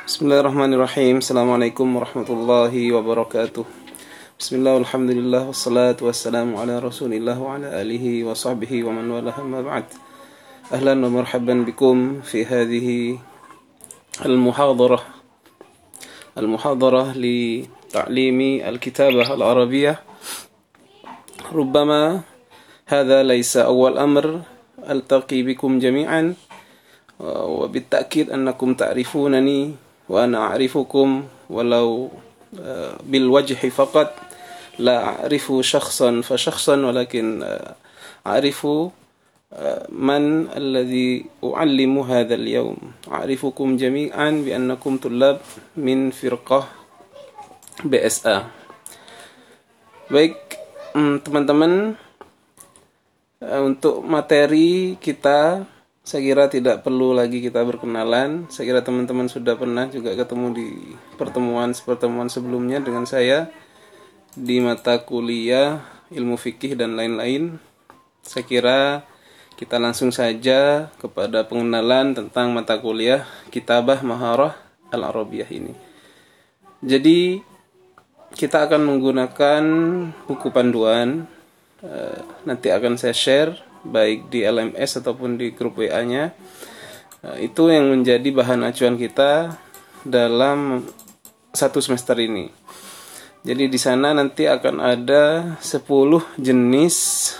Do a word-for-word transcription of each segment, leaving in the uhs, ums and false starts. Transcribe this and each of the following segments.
Bismillahirrahmanirrahim. Assalamualaikum warahmatullahi wabarakatuh. Bismillah, alhamdulillah, wassalatu wassalamu ala rasulillah wa ala alihi wa sahbihi wa man walah, amma ba'd. Ahlan wa marhaban bikum fi hadhihi al-muhadarah al-muhadarah li ta'limi al-kitabah al-arabiyyah. Rubbama hadha laysa awal amr altaqi bikum jami'an, wa bitta'kid annakum ta'rifunani wa ana a'rifukum walau bil wajhi faqat, la a'rifu shakhsan fa shakhsan, walakin a'rifu man alladhi u'allimu hadha al-yawm. A'rifukum jami'an bi annakum tullab min firqah B S A. Baik teman-teman, untuk materi kita saya kira tidak perlu lagi kita berkenalan. Saya kira teman-teman sudah pernah juga ketemu di pertemuan-pertemuan sebelumnya dengan saya di mata kuliah ilmu fikih dan lain-lain. Saya kira kita langsung saja kepada pengenalan tentang mata kuliah Kitabah Maharah Al-Arabiyyah ini. Jadi kita akan menggunakan buku panduan. Nanti akan saya share baik di L M S ataupun di grup W A-nya. Itu yang menjadi bahan acuan kita dalam satu semester ini. Jadi di sana nanti akan ada sepuluh jenis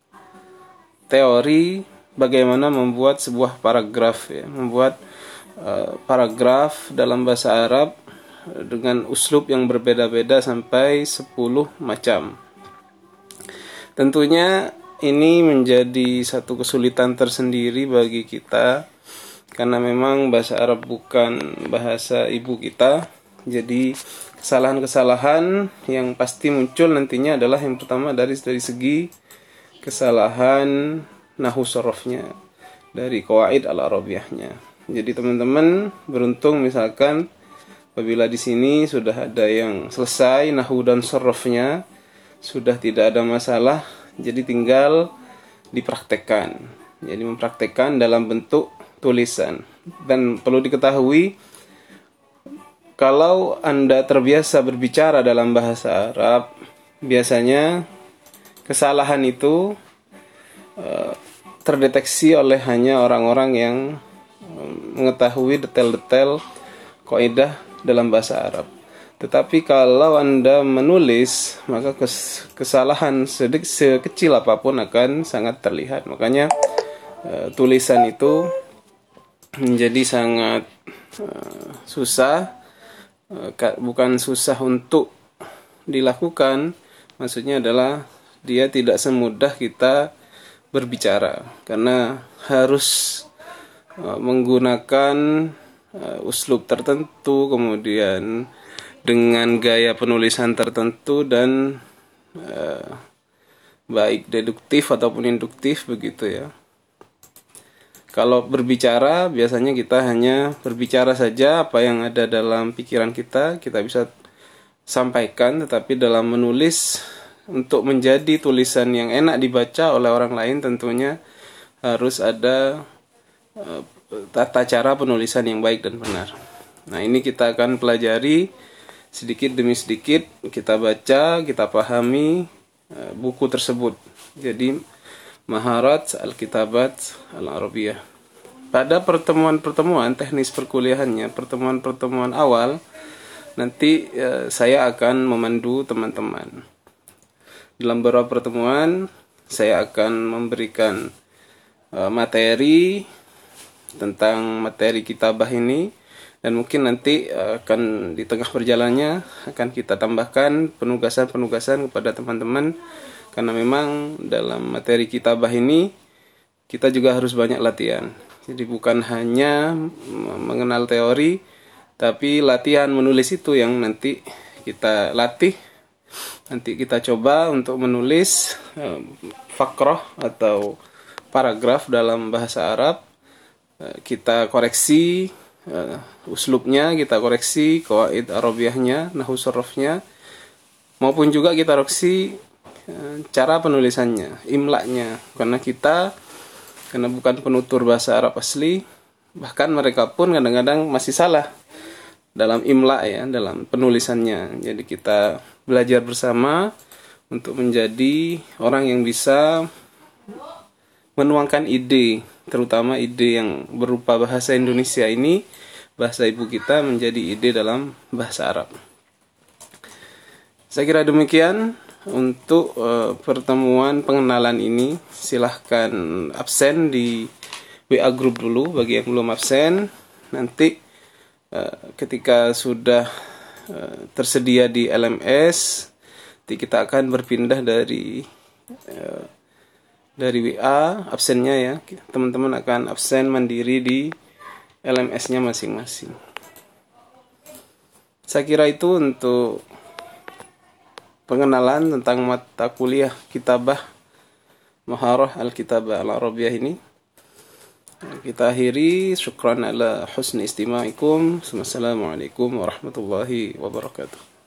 teori bagaimana membuat sebuah paragraf, ya, membuat uh, paragraf dalam bahasa Arab dengan uslub yang berbeda-beda sampai sepuluh macam. Tentunya ini menjadi satu kesulitan tersendiri bagi kita karena memang bahasa Arab bukan bahasa ibu kita. Jadi kesalahan-kesalahan yang pasti muncul nantinya adalah yang pertama dari dari segi kesalahan nahwu sharafnya, dari qawaid al-arabiyyahnya. Jadi teman-teman beruntung misalkan apabila di sini sudah ada yang selesai nahwu dan sharafnya, sudah tidak ada masalah. Jadi tinggal dipraktekkan. Jadi mempraktekkan dalam bentuk tulisan. Dan perlu diketahui, kalau Anda terbiasa berbicara dalam bahasa Arab, biasanya kesalahan itu uh, terdeteksi oleh hanya orang-orang yang um, mengetahui detail-detail kaidah dalam bahasa Arab. Tetapi kalau Anda menulis, maka kes- kesalahan sedikit sekecil apapun akan sangat terlihat. Makanya uh, tulisan itu menjadi sangat uh, susah, uh, bukan susah untuk dilakukan. Maksudnya adalah dia tidak semudah kita berbicara, karena harus uh, menggunakan uh, uslub tertentu, kemudian dengan gaya penulisan tertentu dan uh, baik deduktif ataupun induktif begitu ya. Kalau berbicara biasanya kita hanya berbicara saja apa yang ada dalam pikiran kita, kita bisa sampaikan. Tetapi dalam menulis, untuk menjadi tulisan yang enak dibaca oleh orang lain, tentunya harus ada uh, tata cara penulisan yang baik dan benar. Nah, ini kita akan pelajari sedikit demi sedikit, kita baca, kita pahami uh, buku tersebut. Jadi Maharat Al-Kitabat Al-Arabiyyah. Pada pertemuan-pertemuan teknis perkuliahannya, pertemuan-pertemuan awal, nanti uh, saya akan memandu teman-teman. Dalam beberapa pertemuan saya akan memberikan uh, materi tentang materi kitabah ini. Dan mungkin nanti akan di tengah perjalanannya akan kita tambahkan penugasan-penugasan kepada teman-teman, karena memang dalam materi kitabah ini kita juga harus banyak latihan. Jadi bukan hanya mengenal teori, tapi latihan menulis itu yang nanti kita latih. Nanti kita coba untuk menulis fakrah atau paragraf dalam bahasa Arab. Kita koreksi Uh, uslubnya, kita koreksi qawaid arabiyyahnya, nahwu sharafnya, maupun juga kita koreksi uh, cara penulisannya, imlanya, karena kita karena bukan penutur bahasa Arab asli, bahkan mereka pun kadang-kadang masih salah dalam imla ya, dalam penulisannya. Jadi kita belajar bersama untuk menjadi orang yang bisa menuangkan ide, terutama ide yang berupa bahasa Indonesia ini, bahasa ibu kita, menjadi ide dalam bahasa Arab. Saya kira demikian untuk uh, pertemuan pengenalan ini. Silahkan absen di W A group dulu bagi yang belum absen. Nanti uh, ketika sudah uh, tersedia di L M S, nanti kita akan berpindah dari uh, dari W A absennya ya. Teman-teman akan absen mandiri di L M S-nya masing-masing. Saya kira itu untuk pengenalan tentang mata kuliah Kitabah Maharah Al-Kitabah Al-Arabiyah ini. Kita akhiri. Syukran ala husni istima'ikum. Wassalamualaikum warahmatullahi wabarakatuh.